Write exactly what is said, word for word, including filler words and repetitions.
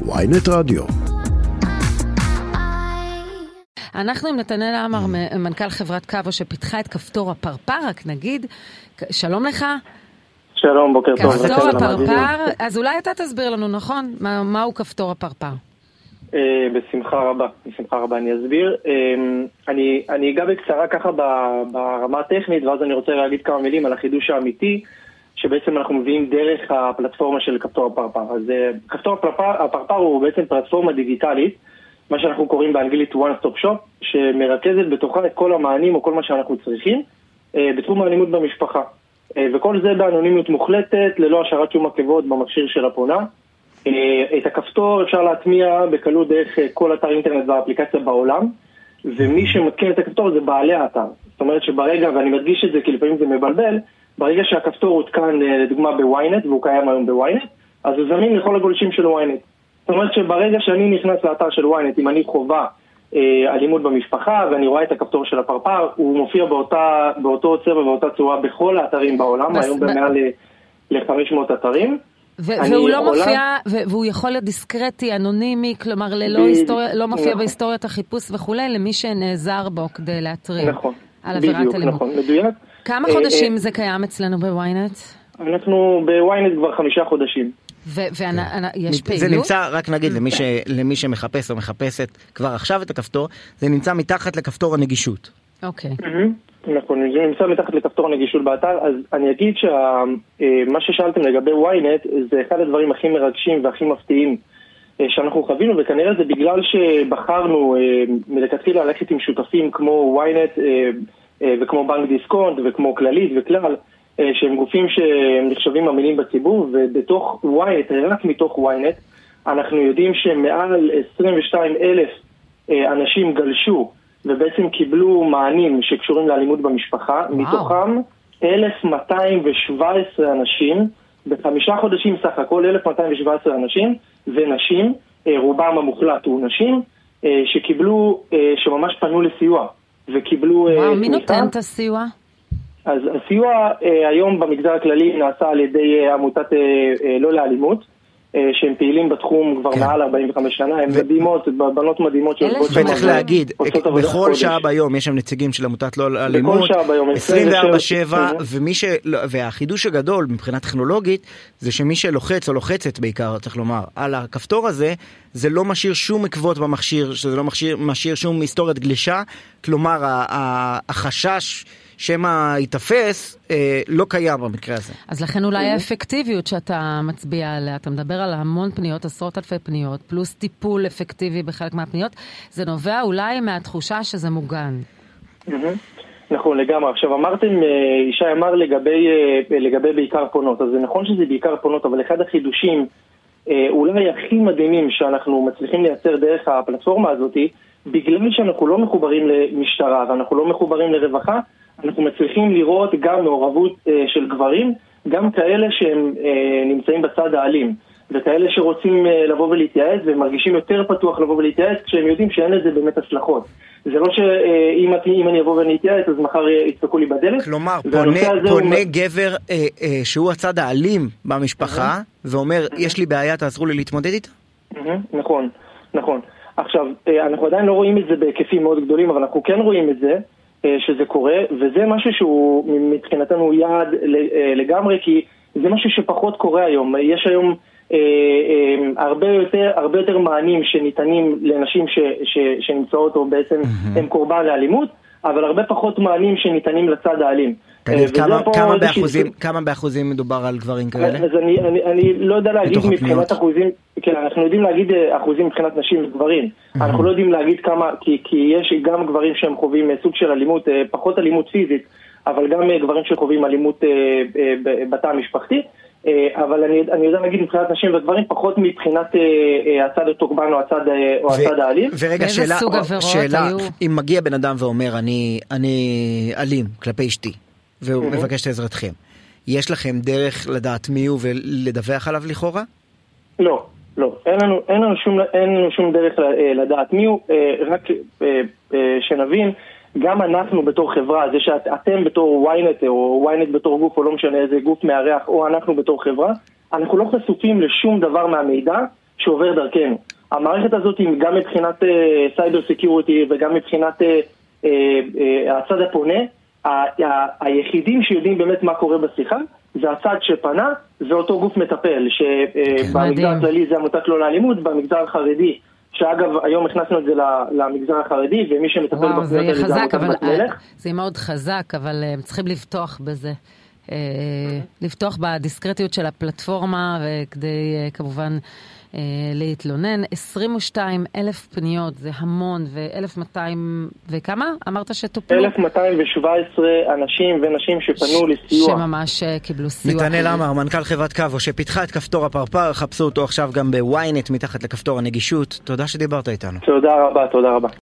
וויינט רדיו. אנחנו עם נתנאל עמר, מנכ"ל חברת קאבו שפיתחה את כפתור הפרפר, רק נגיד, שלום לך. שלום, בוקר טוב. כפתור הפרפר, אז אולי אתה תסביר לנו, נכון? מה, מהו כפתור הפרפר? אה, בשמחה רבה, בשמחה רבה אני אסביר. אה, אני, אני אגע בקצרה ככה ברמה הטכנית, ואז אני רוצה להגיד כמה מילים על החידוש האמיתי, שבעצם אנחנו מביאים דרך הפלטפורמה של כפתור הפרפר. אז אה, כפתור הפרפר, הפרפר הוא בעצם פלטפורמה דיגיטלית, מה שאנחנו קוראים באנגלית one stop shop, שמרכזת בתוכה את כל המענים או כל מה שאנחנו צריכים, אה, בתחום האלימות במשפחה. וכל זה באנונימיות מוחלטת, ללא השארת שום עקבות במכשיר של הפונה. את הכפתור אפשר להטמיע בקלות דרך כל אתר אינטרנט והאפליקציה בעולם, ומי שמתקין את הכפתור זה בעלי האתר. זאת אומרת שברגע, ואני מדגיש את זה כי לפעמים זה מבלבל, ברגע שהכפתור הותקן לדוגמה בוויינט, והוא קיים היום בוויינט, אז הוא זמין לכל הגולשים של וויינט. זאת אומרת שברגע שאני נכנס לאתר של וויינט, אם אני חובה אלימות במשפחה, ואני רואה את הכפתור של הפרפר, הוא מופיע באותה, באותו צבע ובאותה צורה בכל האתרים בעולם, היום במעל ל-חמש מאות אתרים. והוא לא מופיע, והוא יכול להיות דיסקרטי, אנונימי, כלומר, לא מופיע בהיסטוריית החיפוש וכו', למי שנעזר בו כדי להתריע על עבירת אלימות. נכון, מדויק. כמה חודשים זה קיים אצלנו בוויינט? אנחנו בוויינט כבר חמישה חודשים. ויש פעילות? זה נמצא, רק נגיד, למי שמחפש או מחפשת כבר עכשיו את הכפתור, זה נמצא מתחת לכפתור הנגישות. אוקיי. נכון, זה נמצא מתחת לכפתור הנגישות באתר, אז אני אגיד שמה ששאלתם לגבי וויינט, זה אחד הדברים הכי מרגשים והכי מפתיעים שאנחנו חווינו, וכנראה זה בגלל שבחרנו מלכתחילה ללכת עם שותפים כמו וויינט וכמו בנק דיסקונט וכמו כללית וכלל, שהם גופים שהם נחשבים אמינים בציבור, ובתוך וויינט, רק מתוך וויינט, אנחנו יודעים שמעל עשרים ושניים אלף אנשים גלשו, ובעצם קיבלו מענים שקשורים לאלימות במשפחה, וואו. מתוכם אלף מאתיים שבע עשרה אנשים, בחמישה חודשים סך הכל אלף מאתיים שבע עשרה אנשים, ונשים, רובם המוחלט הוא נשים, שקיבלו, שממש פנו לסיוע, וקיבלו... וואו, מי נותן את הסיוע? אז הסיוע אה, היום במגזר הכללי נעשה על ידי אה, עמותת אה, אה, לא לאלימות, אה, שהם פעילים בתחום כבר כן. מעל ארבעים וחמש שנה, הם ו... מדהימות, בנות מדהימות שעובדות שם. וצריך להגיד, בכל שעה ביום יש שם נציגים של עמותת לא לאלימות, עשרים וארבע שבע, ומי ש... והחידוש הגדול מבחינה טכנולוגית, זה שמי שלוחץ או לוחצת בעיקר, צריך לומר, על הכפתור הזה, זה לא משאיר שום עקבות במכשיר, שזה לא משאיר, משאיר שום היסטוריית גלישה, כלומר, החשש שמה יתפס, אה, לא קיים במקרה הזה. אז לכן אולי האפקטיביות שאתה מצביע עליה, אתה מדבר על המון פניות, עשרות אלפי פניות, פלוס טיפול אפקטיבי בחלק מהפניות, זה נובע אולי מהתחושה שזה מוגן. נכון, לגמרי. עכשיו אמרתם, ישי אמר לגבי, לגבי בעיקר פונות, אז זה נכון שזה בעיקר פונות, אבל אחד החידושים, אולי הכי מדהימים שאנחנו מצליחים לייצר דרך הפלטפורמה הזאת, בגלל שאנחנו לא מחוברים למשטרה, ואנחנו לא מחוברים לרווחה, אנחנו מצליחים לראות גם מעורבות אה, של גברים, גם כאלה שהם אה, נמצאים בצד האלים, וכאלה שרוצים אה, לבוא ולהתייעץ, ומרגישים יותר פתוח לבוא ולהתייעץ, כשהם יודעים שאין לזה באמת הצלחות. זה לא שאם אה, אני אבוא ואני אתייעץ, אז מחר יצפקו לי בדלת. כלומר, פונה, פונה הוא... גבר אה, אה, שהוא הצד האלים במשפחה, mm-hmm. ואומר, mm-hmm. יש לי בעיה, תעזרו לי להתמודד איתה? Mm-hmm. נכון, נכון. עכשיו, אה, אנחנו עדיין לא רואים את זה בהיקפים מאוד גדולים, אבל אנחנו כן רואים את זה, שזה קורה, וזה משהו שהוא מבחינתנו יעד לגמרי, כי זה משהו שפחות קורה היום. יש היום אה, אה, הרבה יותר, הרבה יותר מענים שניתנים לאנשים ש, ש, שנמצאות או בעצם mm-hmm. הם קורבן לאלימות, אבל הרבה פחות מענים שניתנים לצד האלים. תגיד, כמה, כמה, באחוזים, ש... כמה באחוזים מדובר על גברים כאלה? אז אני, אני, אני לא יודע להגיד מבחינת אחוזים, כן, אנחנו יודעים להגיד אחוזים מבחינת נשים וגברים. Mm-hmm. אנחנו לא יודעים להגיד כמה, כי, כי יש גם גברים שהם חווים סוג של אלימות, פחות אלימות פיזית, אבל גם גברים שחווים אלימות בתא המשפחתי. אבל אני, אני יודע להגיד מבחינת נשים וגברים, פחות מבחינת הצד התוקבן או הצד, או ו- הצד האלים. ורגע, שאלה, שאלה אם מגיע בן אדם ואומר, אני, אני אלים כלפי אשתי, והוא mm-hmm. מבקש את עזרתכם. יש לכם דרך לדעת מי הוא ולדווח עליו לכאורה? לא, לא. אין לנו, אין לנו, שום, אין לנו שום דרך לדעת מי הוא, רק שנבין, גם אנחנו בתור חברה, זה שאתם בתור וויינט או וויינט בתור גוף או לא משנה איזה גוף מארח או אנחנו בתור חברה, אנחנו לא חשופים לשום דבר מהמידע שעובר דרכנו. המערכת הזאת היא גם מבחינת סייבר סקיוריטי וגם מבחינת הצד הפונה, היחידים שיודעים באמת מה קורה בשיחה, זה הצד שפנה, זה אותו גוף מטפל, שבמגזר הכללי זה עמותת לא לאלימות, במגזר החרדי, שאגב היום הכנסנו את זה למגזר החרדי, ומי שמטפל בפניות זה עמותת בת מלך. זה יהיה מאוד חזק, אבל הם צריכים לפתוח בזה. לפתוח בדיסקרטיות של הפלטפורמה, וכדי כמובן להתלונן. עשרים ושתיים אלף פניות, זה המון, ו-אלף מאתיים וכמה? אמרת שטופלו? אלף מאתיים שבע עשרה אנשים ונשים שפנו לסיוע. שממש קיבלו סיוע. נתנאל עמר, מנכ"ל חברת קו, שפיתחה את כפתור הפרפר, חפשו אותו עכשיו גם בוויינט מתחת לכפתור הנגישות. תודה שדיברת איתנו. תודה רבה, תודה רבה.